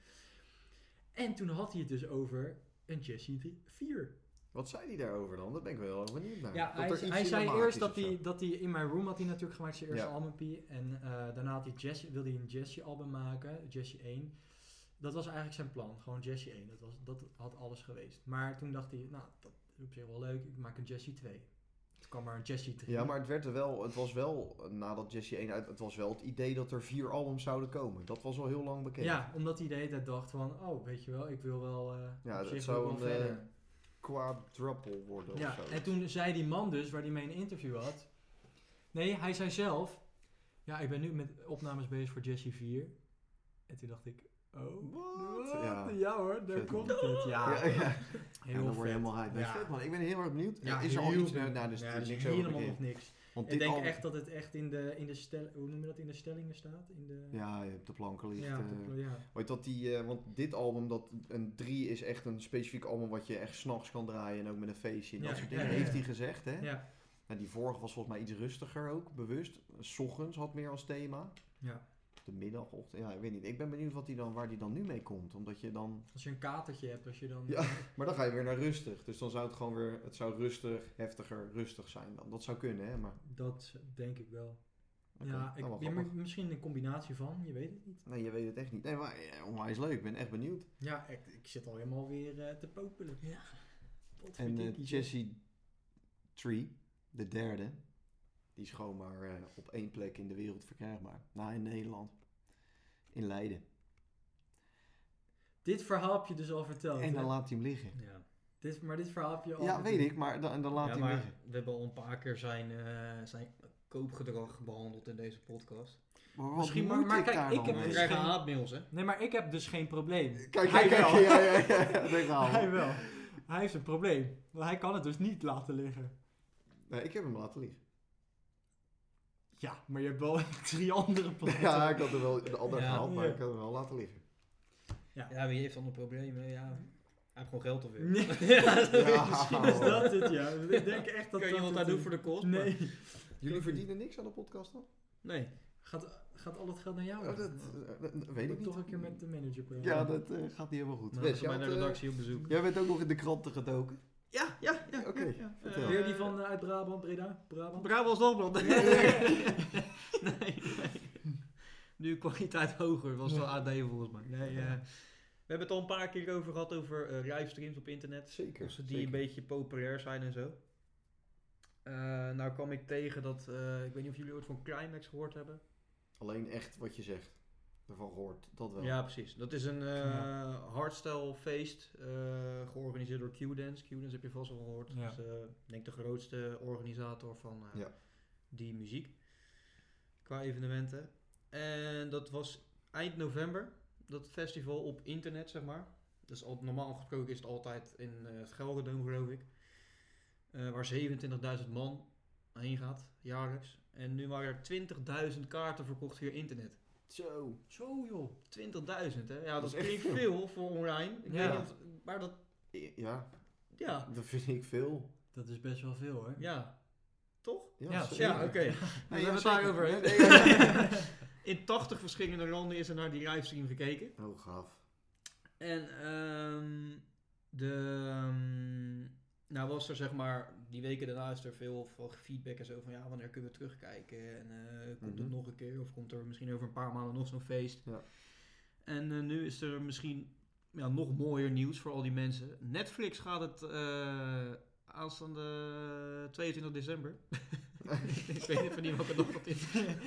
En toen had hij het dus over een Jessie vier. Wat zei hij daarover dan? Dat ben ik wel benieuwd naar. Ja, hij, hij zei eerst dat hij, dat hij In My Room had hij natuurlijk gemaakt, zijn eerste ja. albumpie. En uh, daarna had hij Jessie, wilde hij een Jessie album maken, Jessie één. Dat was eigenlijk zijn plan, gewoon Jessie één. Dat, was, dat had alles geweest. Maar toen dacht hij, nou, dat is op zich wel leuk, ik maak een Jessie twee. Toen kwam maar een Jessie drie. Ja, maar het, werd er wel, het was wel, nadat Jessie één uit, het was wel het idee dat er vier albums zouden komen. Dat was al heel lang bekend. Ja, omdat hij de hele tijd dacht van, oh, weet je wel, ik wil wel uh, ja, op dat zich zou wel een verder. Uh, quadruple worden ja, of zo. En toen zei die man dus, waar hij mee een interview had, nee, hij zei zelf, ja, ik ben nu met opnames bezig voor Jessie vier. En toen dacht ik, oh, wat? Ja. ja hoor, daar vet, komt man. het. Ja, ja, ja. heel ja, dan vet. word je helemaal hyped. Nee, Ja. vet man, ik ben heel erg benieuwd. Ja, is er al heel iets? benieuwd. Nou, dus Ja, er er is is niks over helemaal bekend. nog niks. Want Ik dit denk al... echt dat het echt in de, in de stel, hoe noem je dat, in de stellingen staat? In de, Ja, je hebt de planken ligt. ja, uh, op de, ja. Weet dat die, uh, want dit album, dat, een drie is echt een specifiek album wat je echt 's nachts kan draaien en ook met een feestje en Ja, dat soort ja, dingen ja, heeft ja. hij gezegd, hè? Ja. Nou, die vorige was volgens mij iets rustiger ook, bewust. 's Ochtends had meer als thema. Ja. De middag, ochtend, ja, ik weet niet. Ik ben benieuwd wat die dan, waar die dan nu mee komt, omdat je dan... Als je een katertje hebt, als je dan... Ja, maar dan ga je weer naar rustig. Dus dan zou het gewoon weer, het zou rustig, heftiger, rustig zijn dan. Dat zou kunnen, hè? Maar... Dat denk ik wel. Okay, ja, ik, nou, ja, maar misschien een combinatie van, je weet het niet. Nee, je weet het echt niet. Nee, maar ja, onwijs leuk. Ik ben echt benieuwd. Ja, ik, ik zit al helemaal weer uh, te popelen. Ja. En uh, Jessie drie, de derde, die is gewoon maar uh, op één plek in de wereld verkrijgbaar. Nou, in Nederland. In Leiden. Dit verhaal heb je dus al verteld. En dan hè? laat hij hem liggen. Ja. Dit, maar dit verhaal heb je al Ja, verteld. weet ik, maar dan, dan laat Ja, hij hem maar liggen. we hebben al een paar keer zijn, uh, zijn koopgedrag behandeld in deze podcast. Maar wat Misschien, moet maar- maar ik kijk, daar ik dan heb We mee? dus krijgen geen- haatmails, hè? Nee, maar ik heb dus geen probleem. Kijk, Hij kijk, kijk. wel. Ja, ja, ja. ja, denk aan. Hij wel. Hij heeft een probleem. Want hij kan het dus niet laten liggen. Nee, ik heb hem laten liggen. Ja, maar je hebt wel drie andere platen. Ja, ik had er wel de ander Ja. gehaald, maar Ja. ik had hem wel laten liggen. Ja, maar je heeft dan een probleem, hè? Ja. Hij heeft gewoon geld te veel. Nee. ja, dat weet je Ja. misschien. Is dat het, ja? Ik denk echt dat Kan je dat wat het daar doen is. voor de kost? maar- Nee. Jullie verdienen niks aan de podcast dan? Nee. Gaat, gaat al het geld naar jou? Oh, dat, dat, dat weet ik Moet niet. toch een keer met de manager praten. Ja, dat uh, gaat niet helemaal goed. Dan Wes, gaan we jij, bij de had, uh, redactie op bezoek. jij bent ook nog in de kranten gedoken. Ja, ja, ja. Oké, ja, ja. vertel. Eh, Weer die van uh, uit Brabant, Breda? Brabant? Brabants Dagblad. Nee, nee, nee. Nu kwaliteit hoger, was het wel A D volgens mij. Nee, uh, we hebben het al een paar keer over gehad over uh, livestreams op internet. Zeker. Of ze die zeker. een beetje populair zijn en zo. Uh, nou kwam ik tegen dat, uh, ik weet niet of jullie ooit van Climax gehoord hebben. Alleen echt wat je zegt. Ervan gehoord. Dat wel. Ja, precies. Dat is een uh, Ja. hardstyle feest, uh, georganiseerd door Q-Dance. Q-Dance heb je vast wel gehoord. Ja. Dat is, uh, denk de grootste organisator van uh, Ja. die muziek. Qua evenementen. En dat was eind november. Dat festival op internet, zeg maar. Dus al, normaal gesproken is het altijd in uh, het Gelderdoom, geloof ik. Uh, waar zevenentwintigduizend man heen gaat, jaarlijks. En nu waren er twintigduizend kaarten verkocht via internet. Zo. Zo joh. twintigduizend, hè? Ja, Dat dat, is echt klinkt veel. veel voor online. Ik Ja. weet niet of, maar dat, Ja, ja, dat vind ik veel. Dat is best wel veel hoor. ja. Toch? Ja, Ja, zeker. Ja, oké. Nee, We ja, hebben het daarover, hè? zeker. Nee, ja. In tachtig verschillende landen is er naar die livestream gekeken. Oh, gaaf. En ehm de, ehm, nou was er zeg maar, die weken daarna is er veel, veel feedback en zo van ja, wanneer kunnen we terugkijken en eh, komt Mhm. het nog een keer of komt er misschien over een paar maanden nog zo'n feest. Ja. En uh, nu is er misschien ja, nog mooier nieuws voor al die mensen. Netflix gaat het uh, aanstaande tweeëntwintig december. Ik weet niet van die welke dag dat is.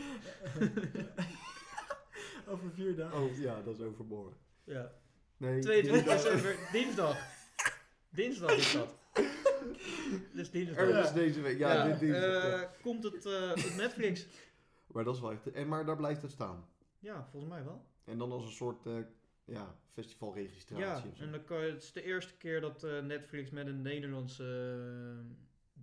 Over vier dagen. Oh ja, dat is overmorgen. Ja. Nee, tweeëntwintig dinsdag. december, dinsdag. Dinsdag is dat. Dus dinsdag. Ergens Ja. deze week. Ja, Ja, dit dinsdag. eh, Ja. komt het uh, op Netflix? Maar dat is wel echt... En maar daar blijft het staan. Ja, volgens mij wel. En dan als een soort uh, ja, festivalregistratie Ja, of zo. en dan kan je, het is de eerste keer dat uh, Netflix met een Nederlandse uh,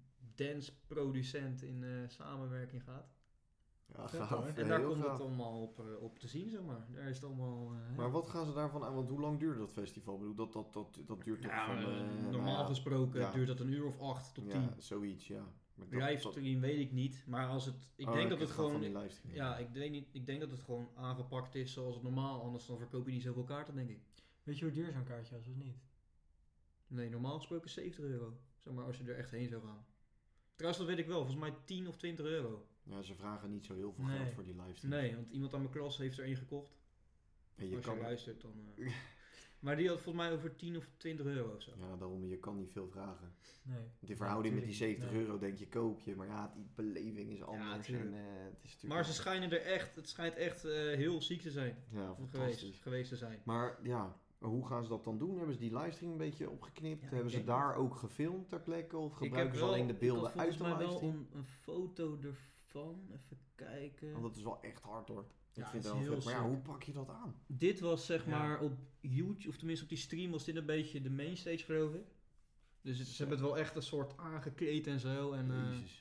danceproducent in uh, samenwerking gaat. Ja, Vet, gaaf. hoor. Ja, En daar heel komt gaaf. het allemaal op, uh, op te zien, zeg maar. Daar is het allemaal... Uh, Maar wat gaan ze daarvan aan? Want hoe lang duurde dat festival? Ik bedoel, dat, dat, dat, dat duurt toch ja, van... uh, uh, normaal nou ja, gesproken ja. duurt dat een uur of acht tot tien. Ja, zoiets, ja. Maar dat- dat- Livestream weet ik niet, maar als het... Ik Oh, denk dat het gaat van gewoon... die livestream. Ja, ik denk, niet, ik denk dat het gewoon aangepakt is zoals het normaal, anders dan verkoop je niet zoveel kaarten, denk ik. Weet je hoe duur zo'n kaartje was of niet? Nee, normaal gesproken zeventig euro. Zeg maar, als je er echt heen zou gaan. Trouwens, dat weet ik wel. Volgens mij tien of twintig euro. Ja, ze vragen niet zo heel veel Nee. geld voor die livestream. Nee, want iemand aan mijn klas heeft er één gekocht. En je als kan, je luistert, dan... uh, maar die had volgens mij over tien of twintig euro of zo. ja, daarom, je kan niet veel vragen. Nee. Die verhouding met die tuurlijk niet. zeventig euro denk je koop je, maar ja, die beleving is anders. tuurlijk. en, eh, het is natuurlijk Maar ze schijnen er echt... Het schijnt echt uh, heel ziek te zijn. ja, Geweest, fantastisch. geweest te zijn. Maar ja, hoe gaan ze dat dan doen? Hebben ze die livestream een beetje opgeknipt? Ja, ik Hebben ze denk daar ook gefilmd ter plekke? Of Ik gebruiken heb ze wel, alleen de beelden ik had uit de volgens mij wel livestream? een, een foto ervan. Even kijken. Want dat is wel echt hard hoor. Ik Ja, vind het dat is wel vet. heel Maar ja, sick. hoe pak je dat aan? Dit was zeg Ja. maar op YouTube, of tenminste op die stream was dit een beetje de mainstage geloof ik. Dus het- ze hebben het wel echt een soort aangekleed en zo. En, eh, Jezus.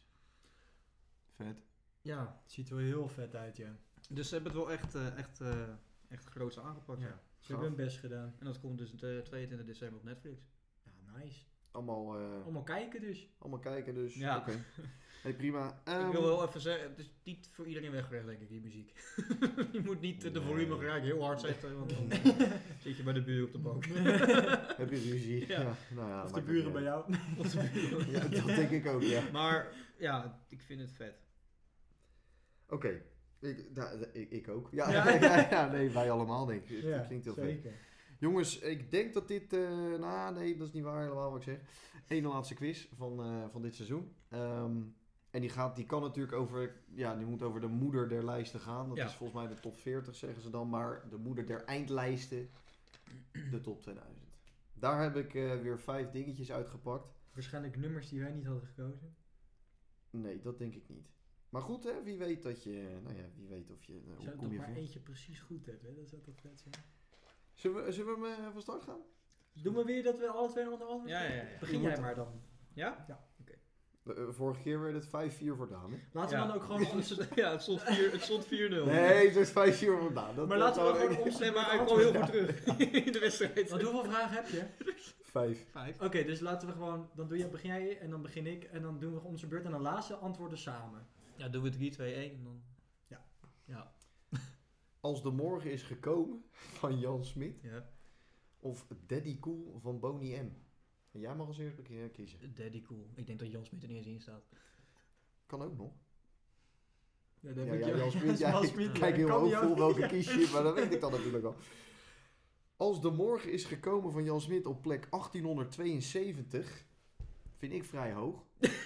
Vet. ja, Het ziet er wel heel vet uit, ja. dus ze hebben het wel echt, eh, echt, eh, echt groots aangepakt. Ja. Ja. Ze hebben hun best gedaan. En dat komt dus de tweeëntwintig december op Netflix. Ja, nice. Allemaal, eh, Allemaal kijken dus. allemaal kijken dus. Ja. Oké. Hey, prima. Ik Ehm, wil wel even zeggen, het is niet voor iedereen weggelegd denk ik, die muziek. Je moet niet eh, de Nee. volume gelijk heel hard zetten, want dan zit je bij de buren op de bank. Heb je ruzie? Ja. Nou ja, Of de maakt buren ook bij niet jou. Of de buren. uit. Ja, dat denk ik ook, ja. Maar ja, ik vind het vet. Oké. Ik, da- da- ik, ik ook. Ja, Ja. ja. ja, nee, wij allemaal denk ik. Het Ja, klinkt heel vet. zeker. Jongens, ik denk dat dit... eh nou, nee, dat is niet waar helemaal wat ik zeg. Eén laatste quiz van, eh, van dit seizoen. Ehm, en die, gaat, die kan natuurlijk over... Ja, die moet over de moeder der lijsten gaan. Dat Ja. is volgens mij de top veertig, zeggen ze dan. Maar de moeder der eindlijsten, de top tweeduizend. Daar heb ik eh, weer vijf dingetjes uitgepakt. Waarschijnlijk nummers die wij niet hadden gekozen. Nee, dat denk ik niet. Maar goed, hè, wie weet dat je... Nou ja, wie weet of je... eh, hoe Zou je kom je toch maar voor? eentje precies goed hebben, hè? Dat zou toch vet zijn. Zullen we, zullen we hem eh, van start gaan? Doen we weer dat we alle twee een ander antwoord Ja, ja, geven? ja. Begin Je jij moet- maar dan. Ja? Eh, eh, vorige keer werd het vijf vier voor Daan, hè? Laten Ja. we dan ook gewoon ons... Ja, het stond vier- het stond vier nul. Nee, het is vijf vier voor Daan. Dat Maar dat laten we zou gewoon ik- ons... Nee, maar hij kwam heel goed terug in de wedstrijd. Want hoeveel vragen heb je? Vijf. Vijf. Oké, dus laten we gewoon... Dan doe je, begin jij en dan begin ik. En dan doen we onze beurt. En dan laatste antwoorden samen. Ja, doen we drie, twee, één en dan... Ja. Ja. Als de morgen is gekomen van Jan Smit Ja. of Daddy Cool van Boney M. En jij mag als eerst beke- kiezen. Daddy cool. Ik denk dat Jan Smit er niet eens in staat. Kan ook nog. Ja, daar Ja, heb ik ja, jou- Jan Smit, ja, Jan ik Smit, kijk ja, heel kan die hoopvol ook? welke Ja. kies je, maar dat weet ik dan natuurlijk al. Als de morgen is gekomen van Jan Smit op plek achttienhonderdtweeënzeventig, vind ik vrij hoog.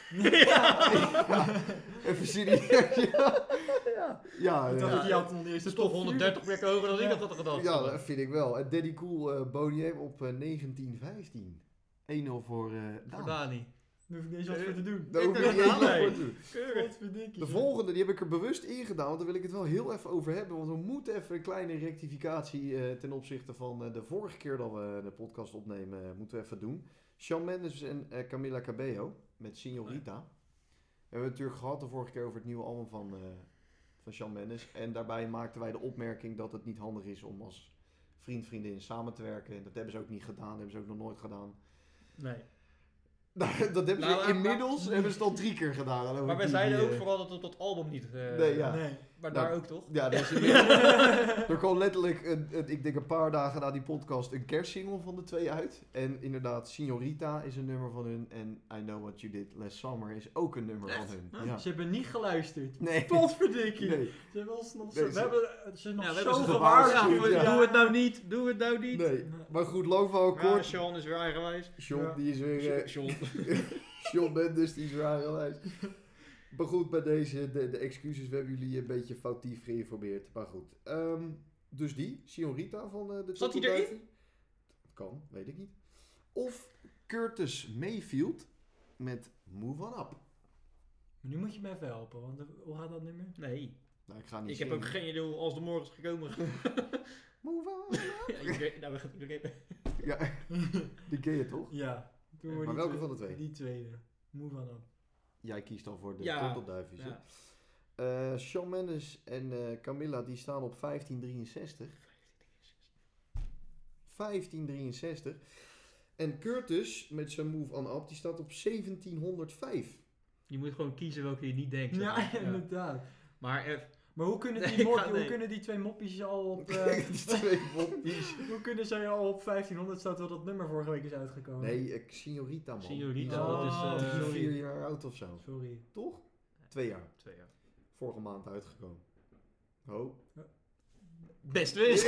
Ja, even serieus. Ja, ja, ja, Ik dacht ja. dat je had nog niet eens Het de is toch top honderddertig plekken hoger dan ik dat had gedacht. Ja, dat vind ik wel. En Daddy Cool uh, Boney M op uh, negentien vijftien. één nul voor uh, Voor Daan. Dani. Daar hoef ik niet eens wat voor te doen. Daar hoef je Ik niet denk eens dat wat Daan voor te doen. Keurig. Godverdikkie. De volgende, die heb ik er bewust in gedaan, want daar wil ik het wel heel even over hebben. Want we moeten even een kleine rectificatie uh, ten opzichte van uh, de vorige keer dat we de podcast opnemen, uh, moeten we even doen. Shawn Mendes en uh, Camila Cabello met Signorita. We hebben het natuurlijk gehad de vorige keer over het nieuwe album van, uh, van Shawn Mendes. En daarbij maakten wij de opmerking dat het niet handig is om als vriend, vriendin samen te werken. En dat hebben ze ook niet gedaan, dat hebben ze ook nog nooit gedaan. Nee. Nou, dat hebben Nou, ze maar- inmiddels hebben ze het al drie keer gedaan. geloof Maar ik, wij die, zeiden die, ook eh, vooral dat het op het album niet... eh, Nee, ja. Nee. Maar Nou, daar ook toch? Ja, dat is inmiddels- er kwam letterlijk, een, een- ik denk een paar dagen na die podcast, een kerstsingle van de twee uit. En inderdaad, Signorita is een nummer van hun. En I Know What You Did Last Summer is ook een nummer van hun. Ja. Ze hebben niet geluisterd. Nee. Potverdikkie. Nee. Ze hebben ons nog Nee, zo, ze- we hebben ze nog Ja, we zo hebben ze gewaarschuwd. gewaarschuwd, Ja, ja. doe het nou niet, doe het nou niet. Nee. Maar goed, lang van Ja, kort. Sean is weer eigenwijs. Sean, Ja. die is weer... eh, Sean. Shawn Mendes, die zware lijst. Maar goed, bij deze, de, de excuses, we hebben jullie een beetje foutief geïnformeerd. Maar goed. Um, dus die, Señorita van uh, de Zat hij Total erin? Diving. Kan, weet ik niet. Of Curtis Mayfield met Move On Up. Maar nu moet je me even helpen, want hoe gaat dat nummer? Nee. Nou, ik ga niet Ik heb zingen. ook geen idee hoe als de morgen is gekomen. Move On Up. ja, iedereen, nou, we gaan iedereen... Ja, die ken je toch? Ja. Doe Maar die welke twee- van de twee? Die tweede. Move on up. Jij kiest dan voor de Ja. Turtelduifjes. Ja. Uh, Shawn Mendes en uh, Camilla die staan op vijftien drieënzestig. vijftien drieënzestig. En Curtis met zijn Move On Up die staat op zeventienhonderdvijf. Je moet gewoon kiezen welke je niet denkt. zeg Ja, maar. inderdaad. Maar eh, Maar hoe kunnen die, Nee, mop- ga- hoe nee. kunnen die twee moppies al op... eh, Die twee moppies. hoe kunnen zij al op vijftienhonderd staan terwijl dat nummer vorige week is uitgekomen? Nee, uh, Signorita man. Signorita, Die is dat al is, eh, drie, sorry. vier jaar oud of zo. Sorry. Toch? Twee jaar. twee jaar. Vorige maand uitgekomen. Oh. Best wist.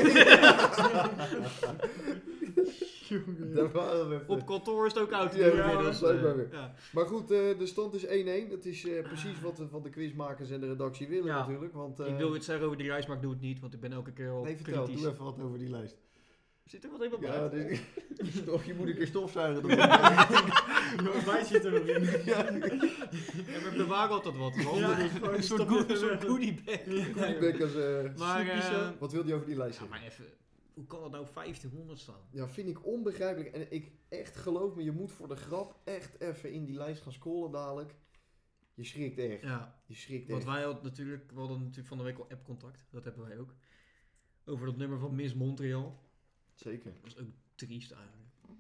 Daar waren we even. Op kantoor is het ook oud. Ja, nu ja, inmiddels, blijkbaar eh, weer. ja. Maar goed, uh, de stand is één-één. Dat is uh, precies wat we van de quizmakers en de redactie willen Ja. natuurlijk. Want, uh, Ik wil iets zeggen over die lijst, maar ik doe het niet, want ik ben elke keer al nee, vertel, kritisch. doe even wat over die lijst. Zit er wat even op Ja, uit? dit- of je moet een keer stofzuigen. Wij zitten er nog in. Ja, Ja, we bewaren altijd wat. want Ja, een gewoon een soort, stop goe- het een soort even. goodie bag. die bek als, uh, Maar, Snoepjes, eh, eh, wat wil je over die lijst ja, zeggen? maar even, hoe kan dat nou vijftienhonderd staan? Ja, vind ik onbegrijpelijk. En ik echt geloof me, je moet voor de grap echt even in die lijst gaan scrollen dadelijk. Je schrikt echt. Ja, Je schrikt want echt. wij hadden natuurlijk, we hadden natuurlijk van de week al appcontact. Dat hebben wij ook. Over dat nummer van Miss Montreal. Zeker. Dat is ook triest eigenlijk.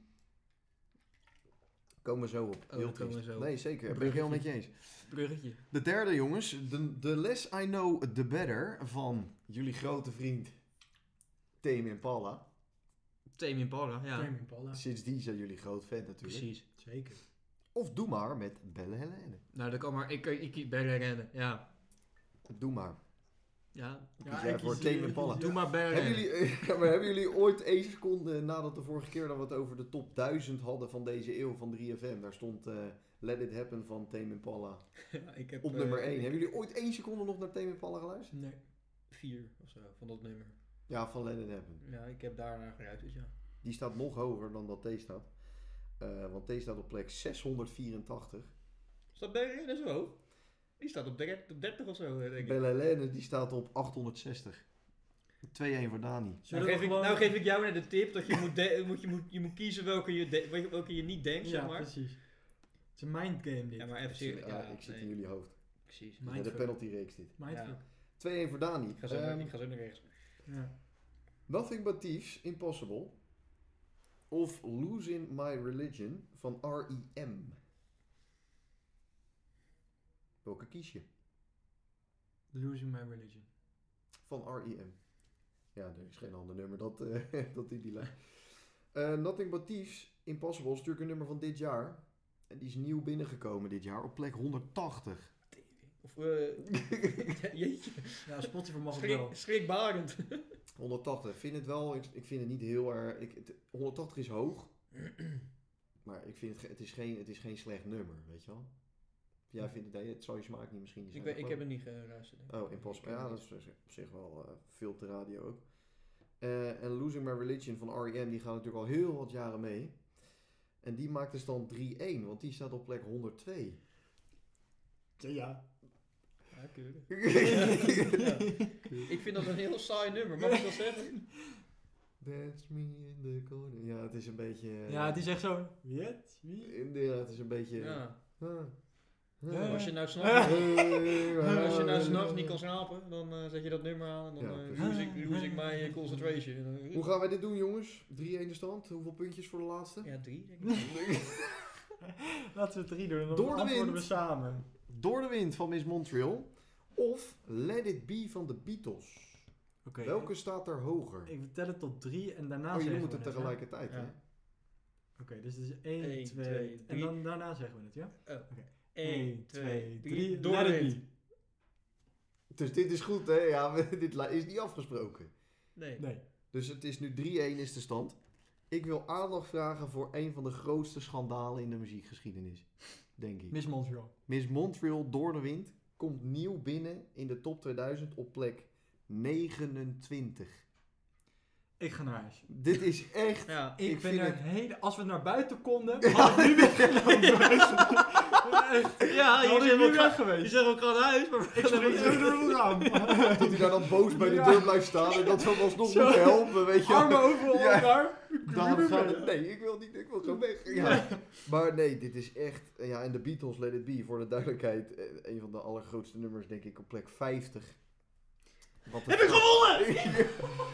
Komen we zo op. Oh, Heel daar komen we triest. zo. Nee, zeker. Daar ben ik helemaal met je eens. Bruggetje. De derde, jongens. The, the less I know, the better. Van jullie grote vriend Tame Impala. Tame Impala, ja. Tame Impala. Sindsdien zijn jullie groot fan natuurlijk. Precies. Zeker. Of doe maar met Belle Helene. Nou, dat kan maar. Ik, ik, ik ben rennen. Ja. Doe maar. Ja. kies jij ik voor kies- Tame ik Impala. kies- Doe maar ben Hebben jullie, eh, ja, maar hebben jullie ooit één seconde nadat de vorige keer dat we het over de top duizend hadden van deze eeuw van drie F M, daar stond eh, Let It Happen van Tame Impala Ja, ik heb, op eh, nummer één. ik- Hebben jullie ooit één seconde nog naar Tame Impala geluisterd? Nee. Vier of zo van dat nummer. Ja, van Let It Happen. Ja, ik heb daarna geluisterd, ja. Die staat nog hoger dan dat T staat. Uh, want T staat op plek zeshonderdvierentachtig. Staat Ben Rennen zo hoog? Die staat op dertig, op dertig of zo, eh, denk ik. Belle Helene die staat op achthonderdzestig. twee-één voor Dani. Zullen Nou we geef, ik, gewoon- nou geef ik jou net de tip dat je moet, de- moet, je moet, je moet kiezen welke je, de- welke- welke je niet denkt, Ja, zeg maar. precies. Het is een mindgame dit. Ja, maar even Ik zit, serieus. ja, Ja, ik zit nee, in jullie hoofd. precies. Met de Mindfuck. penalty reeks dit. Mindfuck. twee-één voor Dani. Ik ga zo, Ehm, naar, ik ga zo naar rechts. Ja. Nothing But Thieves, Impossible. Of Losing My Religion van R E M. Welke kies je? Losing My Religion. Van R E M. Ja, er is geen ander nummer dat, uh, dat in die lijn. Uh, Nothing But Thieves, Impossible is natuurlijk een nummer van dit jaar. En die is nieuw binnengekomen dit jaar op plek honderdtachtig. Of, eh ja, jeetje. Ja, Spotify mag het wel. Schrik, schrikbarend. honderdtachtig. Ik vind het wel, ik, ik vind het niet heel erg. Ik, het- honderdtachtig is hoog. Maar ik vind het, ge- het, is geen, het is geen slecht nummer, weet je wel. Jij vindt het, nee, het zal je smaak niet misschien zijn. Ik, weet, ik heb het niet geluisterd. denk ik. Oh, Impossible. Ja, dat is op zich wel uh, veel op de radio ook. Uh, en Losing My Religion van R E M, die gaat natuurlijk al heel wat jaren mee. En die maakt de stand drie-één, want die staat op plek honderdtwee. Ja. Ja, keurig. Ik vind dat een heel saai nummer, mag ik dat zeggen? That's me in the corner. Ja, het is een beetje... uh, Ja, het is echt zo. Wie? Wie? Ja, het is een beetje... Ja. Huh. Ja. Als je nou s'nachts als je nou s'nachts niet kan slapen, dan uh, zet je dat nummer aan en dan Ja, uh, precies. lose, ik, lose ik my uh, concentration. En dan- Hoe gaan wij dit doen, jongens? drie-één de stand. Hoeveel puntjes voor de laatste? Ja, drie denk ik. Laten we het drie doen en dan Door de antwoorden wind. we samen. Door de wind van Miss Montreal. Of Let It Be van de Beatles. Oké. Welke staat er hoger? Ik vertel het tot drie en daarna Oh, jullie zeggen moeten we het, tegelijkertijd, Ja. hè? ja? Oké, dus het is één, Eén, twee, twee, en drie. dan daarna zeggen we het, ja? één, twee, drie. drie. Door Let de it wind. be. Dus dit is goed, hè? Ja, we- dit li- is niet afgesproken. Nee. Nee. Dus het is nu drie-één is de stand. Ik wil aandacht vragen voor een van de grootste schandalen in de muziekgeschiedenis. denk ik. Miss Montreal. Miss Montreal, Door de Wind, komt nieuw binnen in de top tweeduizend op plek negenentwintig. Ik ga naar huis. Dit is echt... Ja. Ik, Ik ben vind er het- hele... Als we naar buiten konden, had ik nu weer gelopen. Ja, je Had ik zegt nu ook, weg ga, geweest. je zegt ook, ga naar huis, maar Ik spring zo door het raam. Dat hij daar dan boos bij de Ja. deur blijft staan en dat we hem alsnog Zo. moeten helpen, weet je wel. Armen overal Ja. elkaar. Daarom gaat het... Nee, ik wil niet, ik wil gewoon weg. Ja. Maar nee, dit is echt... Ja, en de Beatles, Let It Be, voor de duidelijkheid, eh, een van de allergrootste nummers, denk ik, op plek vijftig. Wat Heb ik gewonnen!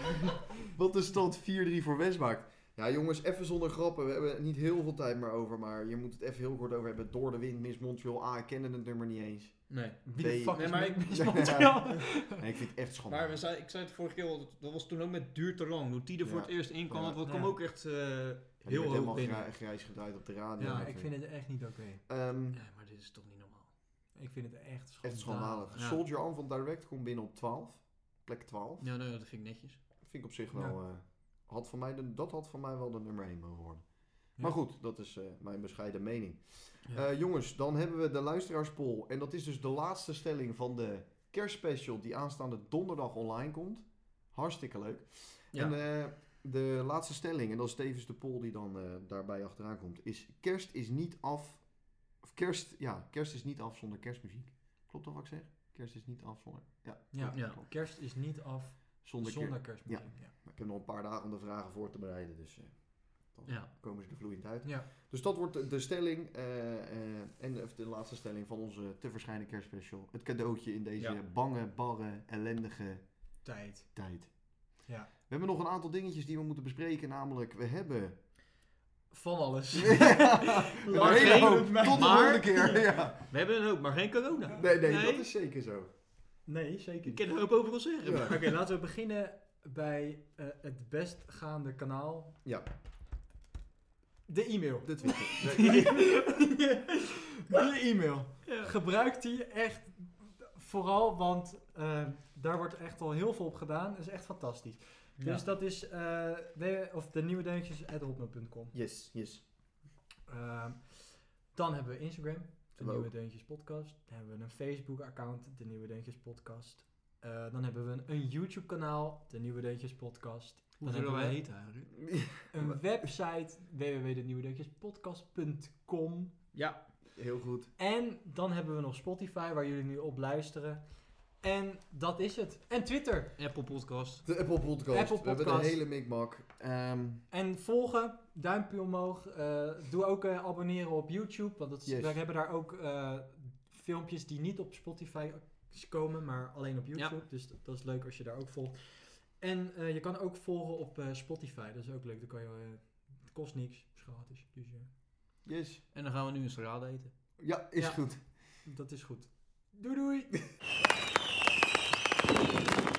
Wat de stand vier drie voor Wes maakt. Ja, jongens, even zonder grappen. We hebben niet heel veel tijd meer over, maar je moet het even heel kort over hebben. Door de Wind, Miss Montreal. A, ik kende het nummer niet eens. Nee. Wie de Nee. fuck Nee, is maar met ik- Miss Montreal? Nee, ik vind het echt schande. Maar we zei, ik zei het vorige keer al, dat was toen ook met duur te lang. Toen die er voor Ja. het eerst in kwam, Ja. dat Ja. kwam ook echt eh, Ja, die heel werd hoog helemaal binnen. gra- grijs gedraaid op de radio. Ja, Dat, ik eh, vind het echt niet oké. ehm, Nee, maar dit is toch niet normaal. Ik vind het echt schandalig. echt schandalig. Ja. Soldier On van Direct komt binnen op twaalf. Plek twaalf. Ja, nee, dat vind ik netjes. Dat vind ik op zich Ja. wel... eh, had van mij de, dat had van mij wel de nummer één mogen worden. Ja. Maar goed, dat is eh, mijn bescheiden mening. Ja. Eh, jongens, dan hebben we de luisteraarspoll. En dat is dus de laatste stelling van de kerstspecial die aanstaande donderdag online komt. Hartstikke leuk. Ja. En eh, de laatste stelling, en dat is tevens de poll die dan eh, daarbij achteraan komt, is kerst is niet af... Of kerst, ja, kerst is niet af zonder kerstmuziek. Klopt dat wat ik zeg? Kerst is niet af zonder... Ja, Ja, Ja. kerst is niet af zonder, zonder kerst. kerstmuziek. Ja. Maar ik heb nog een paar dagen om de vragen voor te bereiden, dus... eh, dan Ja. komen ze er vloeiend uit. Ja. Dus dat wordt de, de stelling eh, eh, en de, de laatste stelling van onze te verschijnen kerstspecial. Het cadeautje in deze Ja. bange, barre, ellendige Tijd. tijd. Ja. We hebben nog een aantal dingetjes die we moeten bespreken. Namelijk, we hebben... Van alles. een hele geen- hoop. Tot de maar- volgende keer. Ja. We hebben een hoop, maar geen corona. Nee, nee, Nee. dat is zeker zo. Nee, zeker Ik niet. kan er een hoop over wel zeggen. Ja. Oké, laten we beginnen bij eh, het best gaande kanaal. Ja, De e-mail. de Twitter. Nee. De e-mail. Ja. Gebruikt die echt vooral, want eh, daar wordt echt al heel veel op gedaan. Dat is echt fantastisch. Dus dat is eh, w- of de nieuwe deuntjes at hotmail punt com. Yes, yes. Ehm, dan hebben we Instagram, de Hebben we Nieuwe ook. Deuntjes Podcast. Dan hebben we een Facebook-account, de Nieuwe Deuntjes Podcast. Eh, dan hebben we een, een YouTube-kanaal, de Nieuwe Deuntjes Podcast. Hoe Dan zullen wij hebben heten eigenlijk? we een website, w w w punt de nieuwe deuntjes podcast punt com. Ja. Heel goed. En dan hebben we nog Spotify, waar jullie nu op luisteren. En dat is het. En Twitter. Apple Podcast. De Apple Podcast. Apple We hebben een Podcast. hele mikmak. Ehm, En volgen, duimpje omhoog. Eh, doe ook eh, abonneren op YouTube. Want dat is, Yes. we hebben daar ook eh, filmpjes die niet op Spotify komen, maar alleen op YouTube. Ja. Dus dat, dat is leuk als je daar ook volgt. En eh, je kan ook volgen op eh, Spotify. Dat is ook leuk. Dan kan je, eh, het kost niks. Het is gratis. Dus eh, yes. En dan gaan we nu een salade eten. Ja, is Ja. goed. dat is goed. Doei doei!